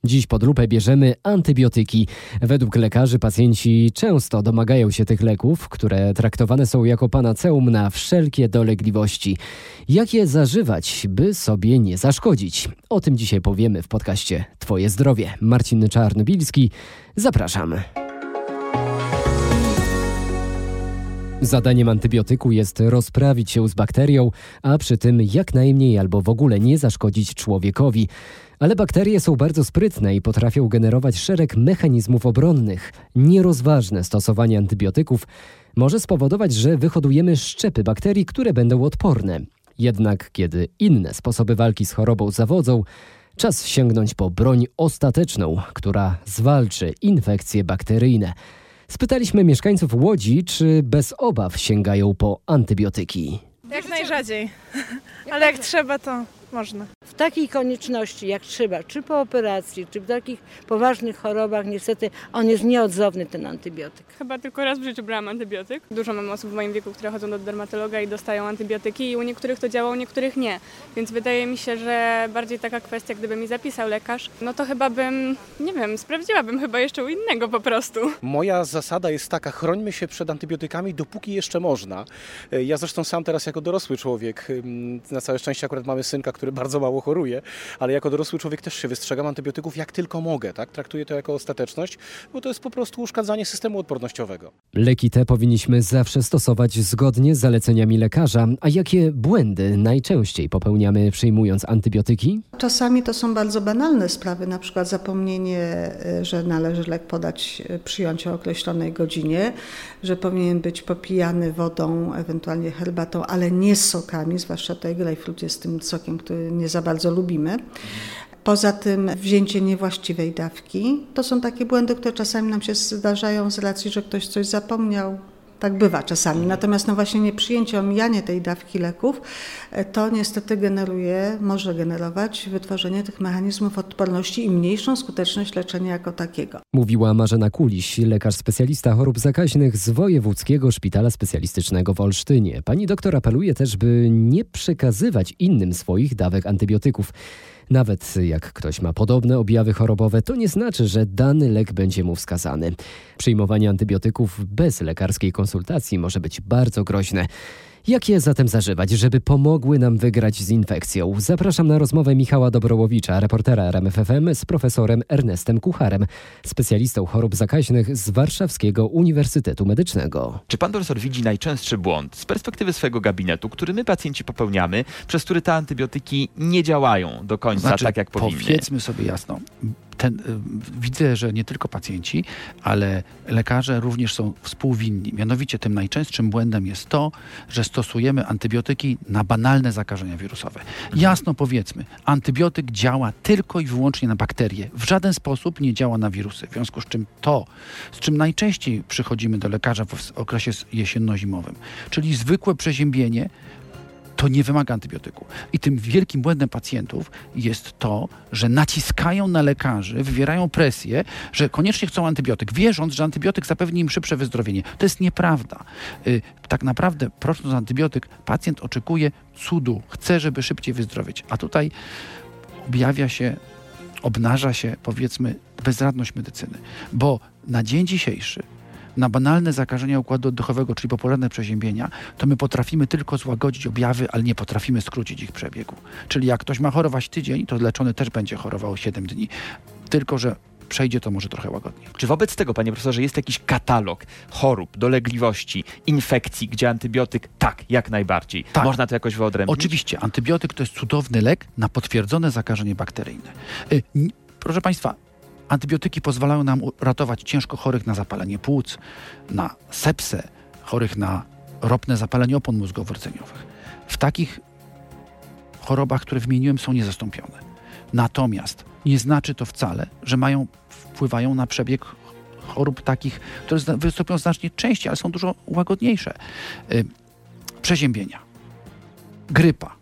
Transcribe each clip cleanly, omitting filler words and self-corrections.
Dziś pod lupę bierzemy antybiotyki. Według lekarzy pacjenci często domagają się tych leków, które traktowane są jako panaceum na wszelkie dolegliwości. Jak je zażywać, by sobie nie zaszkodzić? O tym dzisiaj powiemy w podcaście Twoje zdrowie. Marcin Czarnobilski, zapraszam. Zadaniem antybiotyku jest rozprawić się z bakterią, a przy tym jak najmniej albo w ogóle nie zaszkodzić człowiekowi. Ale bakterie są bardzo sprytne i potrafią generować szereg mechanizmów obronnych. Nierozważne stosowanie antybiotyków może spowodować, że wyhodujemy szczepy bakterii, które będą odporne. Jednak kiedy inne sposoby walki z chorobą zawodzą, czas sięgnąć po broń ostateczną, która zwalczy infekcje bakteryjne. Spytaliśmy mieszkańców Łodzi, czy bez obaw sięgają po antybiotyki. Jak najrzadziej, ale jak trzeba, to można. W takiej konieczności, jak trzeba, czy po operacji, czy w takich poważnych chorobach, niestety on jest nieodzowny, ten antybiotyk. Chyba tylko raz w życiu brałam antybiotyk. Dużo mam osób w moim wieku, które chodzą do dermatologa i dostają antybiotyki i u niektórych to działa, u niektórych nie. Więc wydaje mi się, że bardziej taka kwestia, gdyby mi zapisał lekarz, no to chyba bym, sprawdziłabym chyba jeszcze u innego po prostu. Moja zasada jest taka, chrońmy się przed antybiotykami, dopóki jeszcze można. Ja zresztą sam teraz jako dorosły człowiek, na całe szczęście akurat mamy synka, który bardzo mało choruje, ale jako dorosły człowiek też się wystrzegam antybiotyków jak tylko mogę, tak? Traktuję to jako ostateczność, bo to jest po prostu uszkadzanie systemu odpornościowego. Leki te powinniśmy zawsze stosować zgodnie z zaleceniami lekarza. A jakie błędy najczęściej popełniamy przyjmując antybiotyki? Czasami to są bardzo banalne sprawy, na przykład zapomnienie, że należy lek przyjąć o określonej godzinie, że powinien być popijany wodą, ewentualnie herbatą, ale nie sokami, zwłaszcza tutaj grejpfrut jest tym sokiem, który nie za bardzo lubimy. Poza tym wzięcie niewłaściwej dawki. To są takie błędy, które czasami nam się zdarzają z racji, że ktoś coś zapomniał. Tak bywa czasami. Natomiast właśnie nieprzyjęcie, omijanie tej dawki leków, to niestety może generować wytworzenie tych mechanizmów odporności i mniejszą skuteczność leczenia jako takiego. Mówiła Marzena Kuliś, lekarz specjalista chorób zakaźnych z Wojewódzkiego Szpitala Specjalistycznego w Olsztynie. Pani doktor apeluje też, by nie przekazywać innym swoich dawek antybiotyków. Nawet jak ktoś ma podobne objawy chorobowe, to nie znaczy, że dany lek będzie mu wskazany. Przyjmowanie antybiotyków bez lekarskiej konsultacji może być bardzo groźne. Jak je zatem zażywać, żeby pomogły nam wygrać z infekcją? Zapraszam na rozmowę Michała Dobrołowicza, reportera RMFFM z profesorem Ernestem Kucharem, specjalistą chorób zakaźnych z Warszawskiego Uniwersytetu Medycznego. Czy pan profesor widzi najczęstszy błąd z perspektywy swojego gabinetu, który my pacjenci popełniamy, przez który te antybiotyki nie działają do końca tak, jak powinny? Powiedzmy sobie jasno. Widzę, że nie tylko pacjenci, ale lekarze również są współwinni. Mianowicie tym najczęstszym błędem jest to, że stosujemy antybiotyki na banalne zakażenia wirusowe. Jasno powiedzmy, antybiotyk działa tylko i wyłącznie na bakterie. W żaden sposób nie działa na wirusy. W związku z czym to, z czym najczęściej przychodzimy do lekarza w okresie jesienno-zimowym, czyli zwykłe przeziębienie, to nie wymaga antybiotyku. I tym wielkim błędem pacjentów jest to, że naciskają na lekarzy, wywierają presję, że koniecznie chcą antybiotyk, wierząc, że antybiotyk zapewni im szybsze wyzdrowienie. To jest nieprawda. Tak naprawdę, prosząc antybiotyk, pacjent oczekuje cudu, chce, żeby szybciej wyzdrowieć. A tutaj obnaża się, powiedzmy, bezradność medycyny. Bo na dzień dzisiejszy na banalne zakażenia układu oddechowego, czyli popularne przeziębienia, to my potrafimy tylko złagodzić objawy, ale nie potrafimy skrócić ich przebiegu. Czyli jak ktoś ma chorować tydzień, to leczony też będzie chorował 7 dni. Tylko że przejdzie to może trochę łagodniej. Czy wobec tego, panie profesorze, jest jakiś katalog chorób, dolegliwości, infekcji, gdzie antybiotyk jak najbardziej? Tak. Można to jakoś wyodrębnić? Oczywiście. Antybiotyk to jest cudowny lek na potwierdzone zakażenie bakteryjne. Proszę państwa, antybiotyki pozwalają nam ratować ciężko chorych na zapalenie płuc, na sepsę, chorych na ropne zapalenie opon mózgowo-rdzeniowych. W takich chorobach, które wymieniłem, są niezastąpione. Natomiast nie znaczy to wcale, że wpływają na przebieg chorób takich, które wystąpią znacznie częściej, ale są dużo łagodniejsze. Przeziębienia, grypa,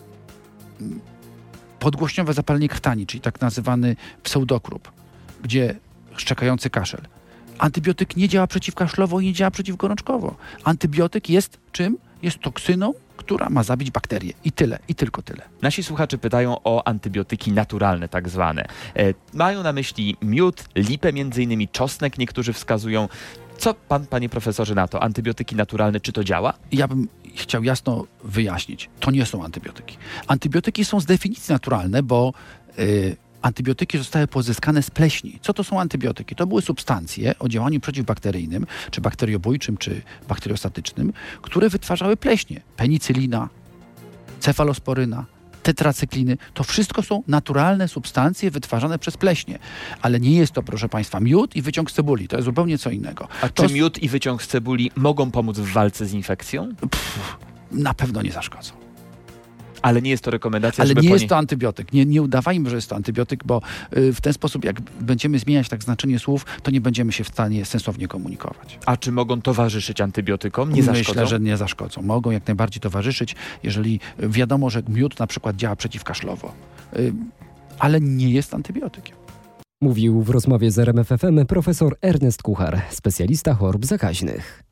podgłośniowe zapalenie krtani, czyli tak nazywany pseudokrup, gdzie szczekający kaszel. Antybiotyk nie działa przeciwkaszlowo i nie działa przeciwgorączkowo. Antybiotyk jest czym? jest toksyną, która ma zabić bakterie. I tyle, i tylko tyle. Nasi słuchacze pytają o antybiotyki naturalne tak zwane. Mają na myśli miód, lipę między innymi, czosnek niektórzy wskazują. Co pan, panie profesorze, na to? Antybiotyki naturalne, czy to działa? Ja bym chciał jasno wyjaśnić. To nie są antybiotyki. Antybiotyki są z definicji naturalne, bo antybiotyki zostały pozyskane z pleśni. Co to są antybiotyki? To były substancje o działaniu przeciwbakteryjnym, czy bakteriobójczym, czy bakteriostatycznym, które wytwarzały pleśnie. Penicylina, cefalosporyna, tetracykliny. To wszystko są naturalne substancje wytwarzane przez pleśnie. Ale nie jest to, proszę państwa, miód i wyciąg z cebuli. To jest zupełnie co innego. A czy miód i wyciąg z cebuli mogą pomóc w walce z infekcją? Na pewno nie zaszkodzą. Ale nie jest to rekomendacja, ale żeby nie jest to antybiotyk. Nie udawajmy, że jest to antybiotyk, bo w ten sposób, jak będziemy zmieniać tak znaczenie słów, to nie będziemy się w stanie sensownie komunikować. A czy mogą towarzyszyć antybiotykom? Nie zaszkodzą? Myślę, że nie zaszkodzą. Mogą jak najbardziej towarzyszyć, jeżeli wiadomo, że miód na przykład działa przeciwkaszlowo. Ale nie jest antybiotykiem. Mówił w rozmowie z RMF FM profesor Ernest Kuchar, specjalista chorób zakaźnych.